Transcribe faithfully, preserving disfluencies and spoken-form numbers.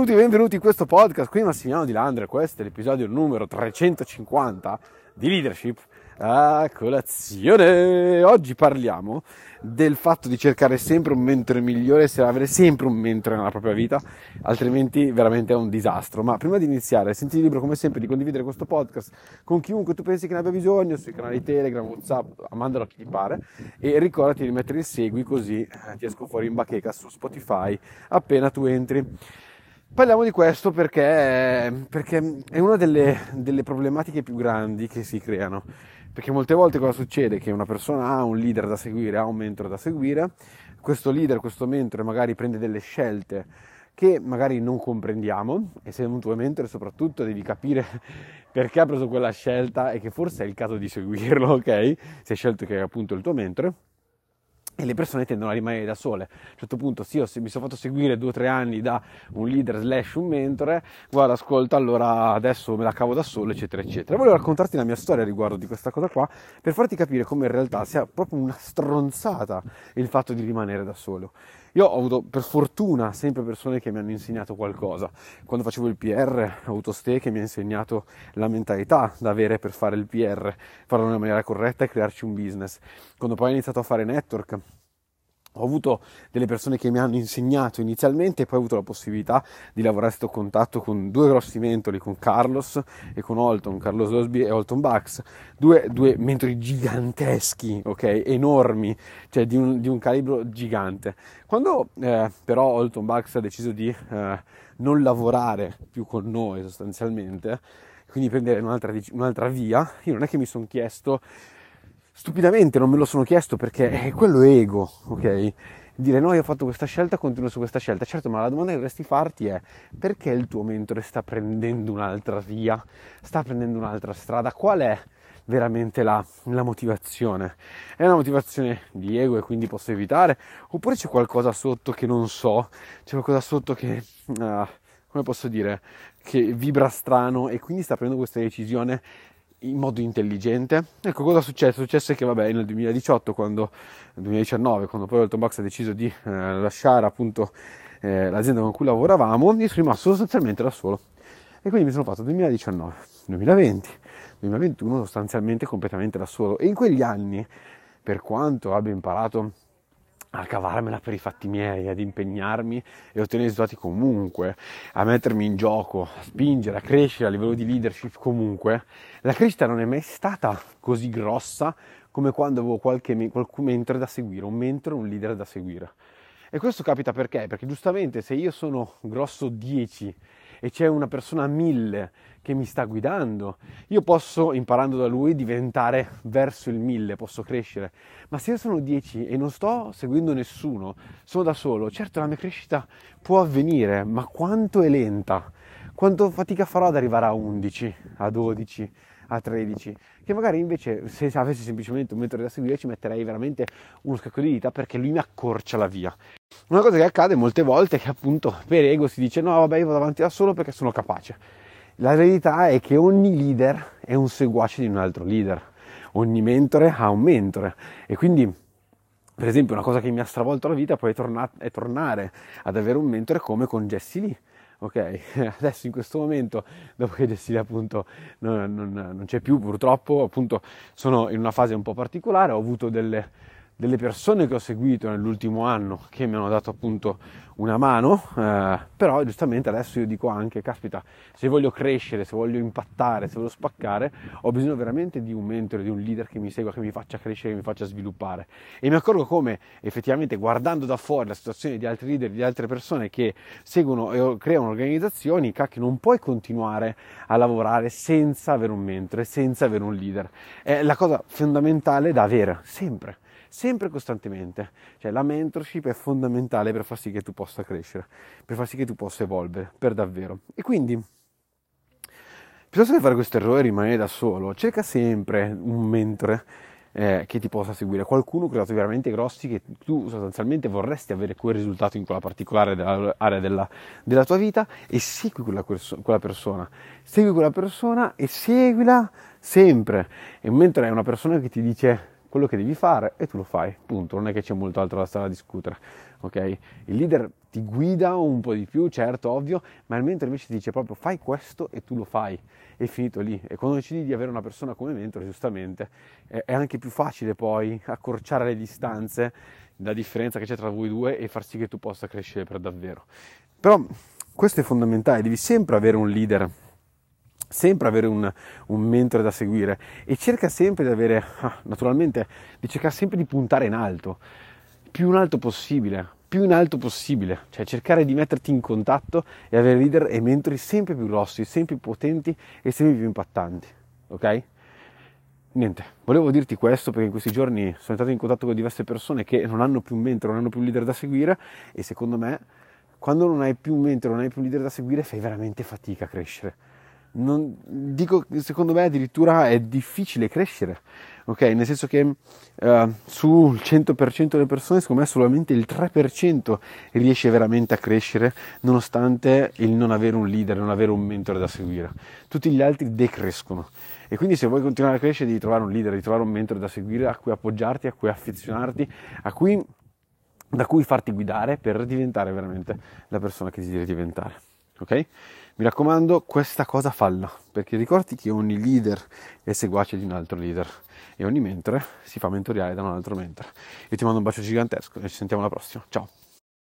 Benvenuti, benvenuti in questo podcast, qui Massimiliano Di Landre, questo è l'episodio numero trecentocinquanta di Leadership a colazione. Oggi parliamo del fatto di cercare sempre un mentore migliore, se avere sempre un mentore nella propria vita, altrimenti veramente è un disastro. Ma prima di iniziare, sentiti libero come sempre di condividere questo podcast con chiunque tu pensi che ne abbia bisogno, sui canali Telegram, WhatsApp, mandalo a chi ti pare, e ricordati di mettere il segui, così ti esco fuori in bacheca su Spotify appena tu entri. Parliamo di questo perché, perché è una delle, delle problematiche più grandi che si creano, perché molte volte cosa succede? Che una persona ha un leader da seguire, ha un mentore da seguire, questo leader, questo mentore magari prende delle scelte che magari non comprendiamo, e se è un tuo mentore soprattutto devi capire perché ha preso quella scelta e che forse è il caso di seguirlo, ok? Se hai scelto che è appunto il tuo mentore. E le persone tendono a rimanere da sole. A un certo punto, sì, io mi sono fatto seguire due o tre anni da un leader slash un mentore, guarda, ascolta, allora adesso me la cavo da solo, eccetera, eccetera. Volevo raccontarti la mia storia riguardo di questa cosa qua, per farti capire come in realtà sia proprio una stronzata il fatto di rimanere da solo. Io ho avuto, per fortuna, sempre persone che mi hanno insegnato qualcosa. Quando facevo il P R, ho avuto Ste che mi ha insegnato la mentalità da avere per fare il P R, farlo nella maniera corretta e crearci un business. Quando poi ho iniziato a fare network, ho avuto delle persone che mi hanno insegnato inizialmente e poi ho avuto la possibilità di lavorare a stretto contatto con due grossi mentori, con Carlos e con Holton, Carlos Osby e Holton Bucks, due, due mentori giganteschi, ok, enormi, cioè di un, di un calibro gigante. Quando eh, però Holton Bucks ha deciso di eh, non lavorare più con noi sostanzialmente, quindi prendere un'altra, un'altra via, io non è che mi sono chiesto, stupidamente non me lo sono chiesto perché è quello ego, ok? Dire no, io ho fatto questa scelta, continuo su questa scelta. Certo, ma la domanda che dovresti farti è: perché il tuo mentore sta prendendo un'altra via, sta prendendo un'altra strada? Qual è veramente la, la motivazione? È una motivazione di ego e quindi posso evitare? Oppure c'è qualcosa sotto che non so, c'è qualcosa sotto che, uh, come posso dire, che vibra strano e quindi sta prendendo questa decisione in modo intelligente? Ecco, cosa è successo? È successo che vabbè, nel duemiladiciotto, quando nel duemiladiciannove, quando poi Holton Bucks ha deciso di eh, lasciare appunto eh, l'azienda con cui lavoravamo, io sono rimasto sostanzialmente da solo. E quindi mi sono fatto duemiladiciannove, duemilaventi, duemilaventuno sostanzialmente completamente da solo. E in quegli anni, per quanto abbia imparato a cavarmela per i fatti miei, ad impegnarmi e ottenere risultati comunque, a mettermi in gioco, a spingere, a crescere a livello di leadership comunque, la crescita non è mai stata così grossa come quando avevo qualche, qualche mentore da seguire, un mentore, un leader da seguire. E questo capita perché? Perché giustamente se io sono grosso dieci e c'è una persona a mille che mi sta guidando, io posso, imparando da lui, diventare verso il mille, posso crescere. Ma se io sono dieci e non sto seguendo nessuno, sono da solo, certo la mia crescita può avvenire, ma quanto è lenta, quanto fatica farò ad arrivare a undici, a dodici, a tredici, che magari invece se avessi semplicemente un mentore da seguire ci metterei veramente uno scacco di dita, perché lui mi accorcia la via. Una cosa che accade molte volte è che appunto per ego si dice no vabbè, io vado avanti da solo perché sono capace. La verità è che ogni leader è un seguace di un altro leader, ogni mentore ha un mentore, e quindi per esempio una cosa che mi ha stravolto la vita poi è, torna- è tornare ad avere un mentore come con Jesse Lee. Ok, adesso in questo momento, dopo che Jesse Lee appunto non, non, non c'è più purtroppo, appunto sono in una fase un po' particolare, ho avuto delle, delle persone che ho seguito nell'ultimo anno che mi hanno dato appunto una mano, eh, però giustamente adesso io dico anche, caspita, se voglio crescere, se voglio impattare, se voglio spaccare, ho bisogno veramente di un mentore, di un leader che mi segua, che mi faccia crescere, che mi faccia sviluppare. E mi accorgo come effettivamente, guardando da fuori la situazione di altri leader, di altre persone che seguono e creano organizzazioni, cacchio, non puoi continuare a lavorare senza avere un mentore, senza avere un leader. È la cosa fondamentale da avere, sempre. Sempre costantemente, cioè la mentorship è fondamentale per far sì che tu possa crescere, per far sì che tu possa evolvere, per davvero. E quindi, piuttosto che fare questo errore e rimanere da solo, cerca sempre un mentore eh, che ti possa seguire, qualcuno con risultati veramente grossi, che tu sostanzialmente vorresti avere quel risultato in quella particolare area della, della tua vita, e segui quella, quella persona, segui quella persona e seguila sempre. E un mentore è una persona che ti dice quello che devi fare e tu lo fai, punto. Non è che c'è molto altro da stare a discutere, ok? Il leader ti guida un po' di più, certo, ovvio, ma il mentore invece ti dice proprio fai questo e tu lo fai, è finito lì. E quando decidi di avere una persona come mentore, giustamente, è anche più facile poi accorciare le distanze, la differenza che c'è tra voi due, e far sì che tu possa crescere per davvero. Però questo è fondamentale, devi sempre avere un leader, sempre avere un, un mentore da seguire, e cerca sempre di avere, ah, naturalmente, di cercare sempre di puntare in alto, più in alto possibile, più in alto possibile, cioè cercare di metterti in contatto e avere leader e mentori sempre più grossi, sempre più potenti e sempre più impattanti, ok? Niente, volevo dirti questo perché in questi giorni sono entrato in contatto con diverse persone che non hanno più un mentore, non hanno più un leader da seguire, e secondo me quando non hai più un mentore, non hai più un leader da seguire, fai veramente fatica a crescere. Non, dico, secondo me addirittura è difficile crescere, ok? Nel senso che uh, sul cento per cento delle persone, secondo me solamente il tre per cento riesce veramente a crescere, nonostante il non avere un leader, non avere un mentore da seguire. Tutti gli altri decrescono. E quindi se vuoi continuare a crescere devi trovare un leader, devi trovare un mentore da seguire, a cui appoggiarti, a cui affezionarti, a cui, da cui farti guidare per diventare veramente la persona che desideri diventare, ok? Mi raccomando, questa cosa falla, perché ricordi che ogni leader è seguace di un altro leader e ogni mentore si fa mentoriare da un altro mentore. Io ti mando un bacio gigantesco e ci sentiamo alla prossima. Ciao!